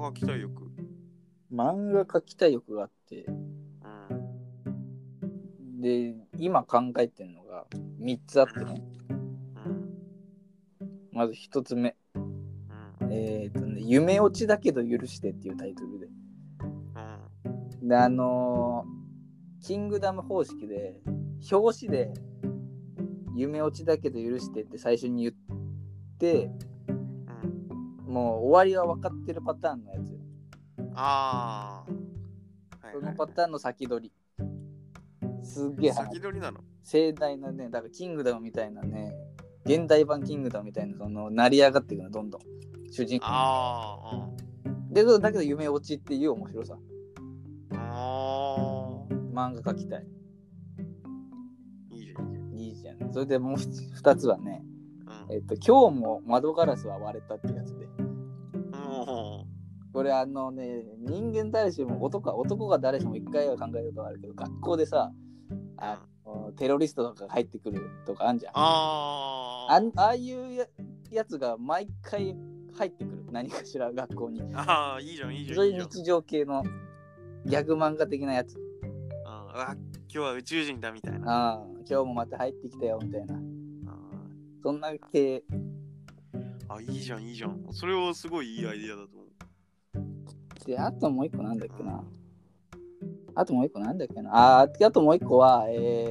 描きたい欲。 漫画描きたい欲があって、で、今考えてるのが3つあってね。まず1つ目。夢落ちだけど許してっていうタイトルで。で、キングダム方式で、表紙で、夢落ちだけど許してって最初に言って、もう終わりは分かってるパターンのやつよ。そのパターンの先取り。すっげえ先取りなの？ 盛大なね、だからキングダムみたいなね、現代版キングダムみたいな、その成り上がっていくの、どんどん。主人公。で、だけど夢落ちっていう面白さ。漫画描きたい。いいじゃん。それでもう2つはね、今日も窓ガラスは割れたってやつで。これ人間誰しも男が誰しも一回は考えることがあるけど、学校でさ、テロリストとかが入ってくるとかあんじゃん。ああいうやつが毎回入ってくる、何かしら学校に。 いいじゃん。 そういう日常系のギャグ漫画的なやつ。 今日は宇宙人だみたいな。 今日もまた入ってきたよみたいな。そんな系。 いいじゃん。それはすごいいいアイディアだと思う。 で、あともう一個なんだっけな。あともう一個は、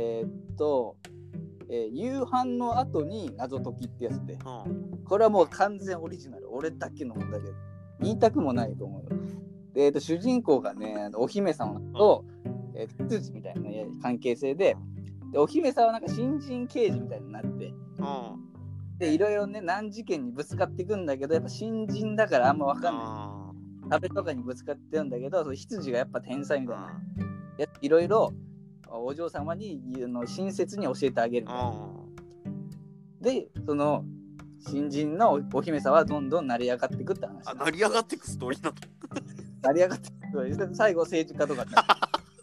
夕飯の後に謎解きってやつで、これはもう完全オリジナル。俺だけのもんだけど、言いたくもないと思うよ。で、主人公がね、お姫様と、羊みたいな、関係性で、お姫様はなんか新人刑事みたいになって、で、いろいろね、難事件にぶつかっていくんだけど、やっぱ新人だからあんま分かんない。壁とかにぶつかってるんだけど、その羊がやっぱ天才みたいな。いろいろお嬢様に親切に教えてあげるみたいな。で、その新人のお姫様はどんどん成り上がっていくって話。 成り上がっていくストーリーなの？ 成り上がっていく。最後政治家とかになって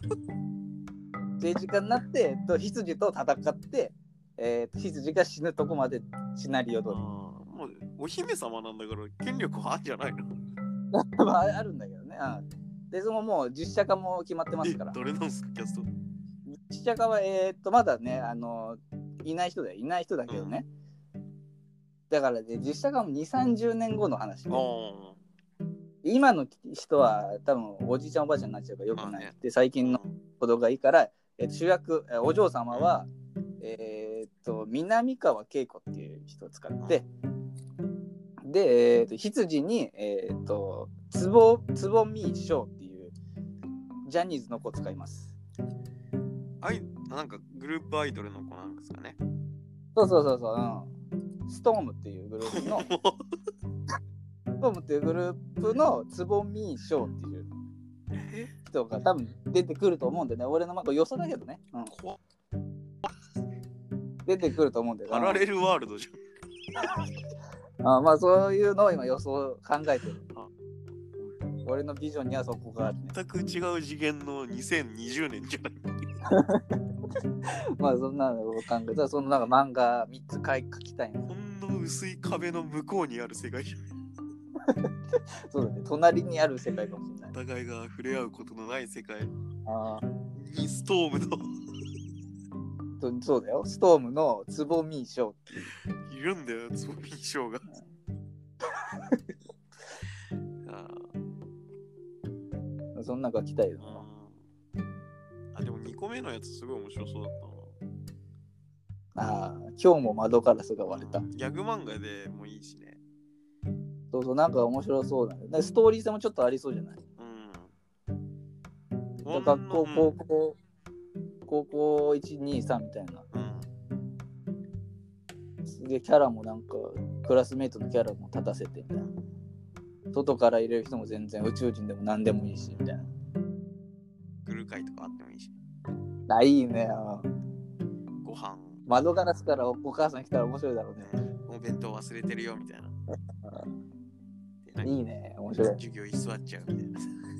政治家になって羊と戦って、羊が死ぬとこまでシナリオ通り。 もうお姫様なんだから権力はあるんじゃないの？ あるんだけどね。で、そのもう実写化も決まってますから。 誰なんすか、キャスト？ 実写化はまだね、いない人だけどね。だからね、実写化も2、30年後の話で。今の人は多分おじいちゃんおばあちゃんになっちゃうからよくないで、最近の子供がいいから、主役お嬢様は南川景子っていう人を使って、で、羊につぼみしょうっていうジャニーズの子を使います。 なんかグループアイドルの子なんですかね。 そう、ストームっていうグループのつぼみしょうっていう人が多分出てくると思うんでね。俺の予想だけどね、出てくると思うんだよ。 パラレルワールドじゃん。まあそういうのを今予想考えてる。俺のビジョンにはそこがあるね。 全く違う次元の2020年じゃない。 まあそんなのを考えたら、そのなんか漫画3つ書きたいな。 こんな薄い壁の向こうにある世界じゃない。 そうだね、隣にある世界かもしれない。 お互いが触れ合うことのない世界にストームのそうだよ、ストームのつぼみしょうっているんだよ、つぼみしょうが。 そんな書きたいよな。でも2個目のやつすごい面白そうだったな。今日も窓ガラスが割れた。 ギャグ漫画でもいいしね。 そう、なんか面白そうだね。ストーリー性もちょっとありそうじゃない？学校、高校1、2、3みたいな。すげえキャラもなんか、クラスメイトのキャラも立たせてみたいな。外から入れる人も全然宇宙人でも何でもいいしみたいな。 グル会とかあってもいいし。 いいね。 ご飯。 窓ガラスからお母さん来たら面白いだろうね。 お弁当忘れてるよみたいな。 いいね、面白い。 授業居座っちゃうみたい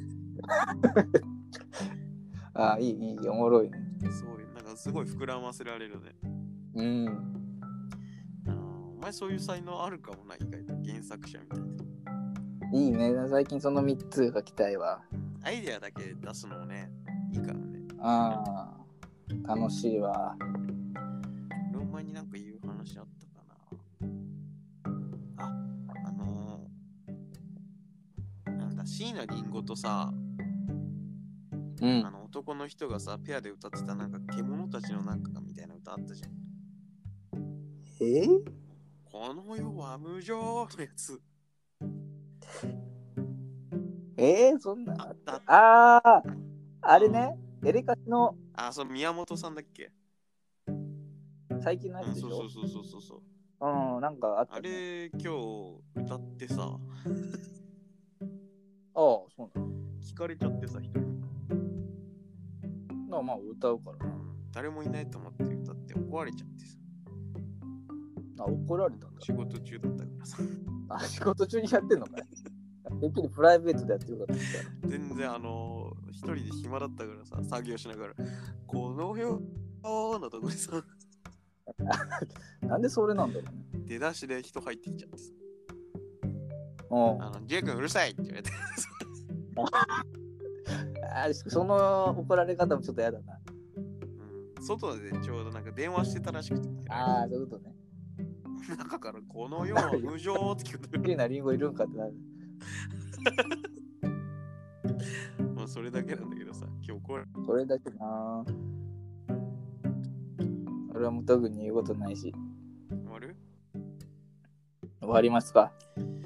な。いい、おもろいね。 そういう、なんかすごい膨らませられるね。お前そういう才能あるかもな、意外と原作者みたいな。 いいね。最近その3つが来たいわ。 アイデアだけ出すのもね、いいからね。 ああ、楽しいわ。 ロンマになんか言う話あったかな。あ、なんだ、椎名林檎とさ、 うん。 男の人がさ、ペアで歌ってたなんか獣たちの中みたいな歌あったじゃん。この世は無情のやつ。 そんなあった。 ああ、あれね、エレカシのあ、その宮本さんだっけ？ 最近のやつでしょ？ そう。 うん、なんかあったあね。 れ、今日歌ってさ、 ああ、そうなの。 聞かれちゃってさ、人に。 まあ歌うからな。 誰もいないと思って歌って怒られちゃってさ。 あ、怒られたんだ。 仕事中だったからさ。 あ、仕事中にやってんのかい？てっきりプライベートでやってるかと思ったら。 全然一人で暇だったからさ、作業しながら、この世のとこでさ、 なんでそれなんだろうね。 出だしで人入ってきちゃってさ、 うん。 ジェイ君うるさいって言われて、 その怒られ方もちょっとやだな。 外でちょうどなんか電話してたらしくて、 ああ、そういうことね。 中からこの世は無情って聞こえ綺麗なリンゴいるんかってなる。 まあそれだけなんだけどさ、今日これ。 それだけな。俺はもう特に言うことないし。 終わる？ 終わりますか。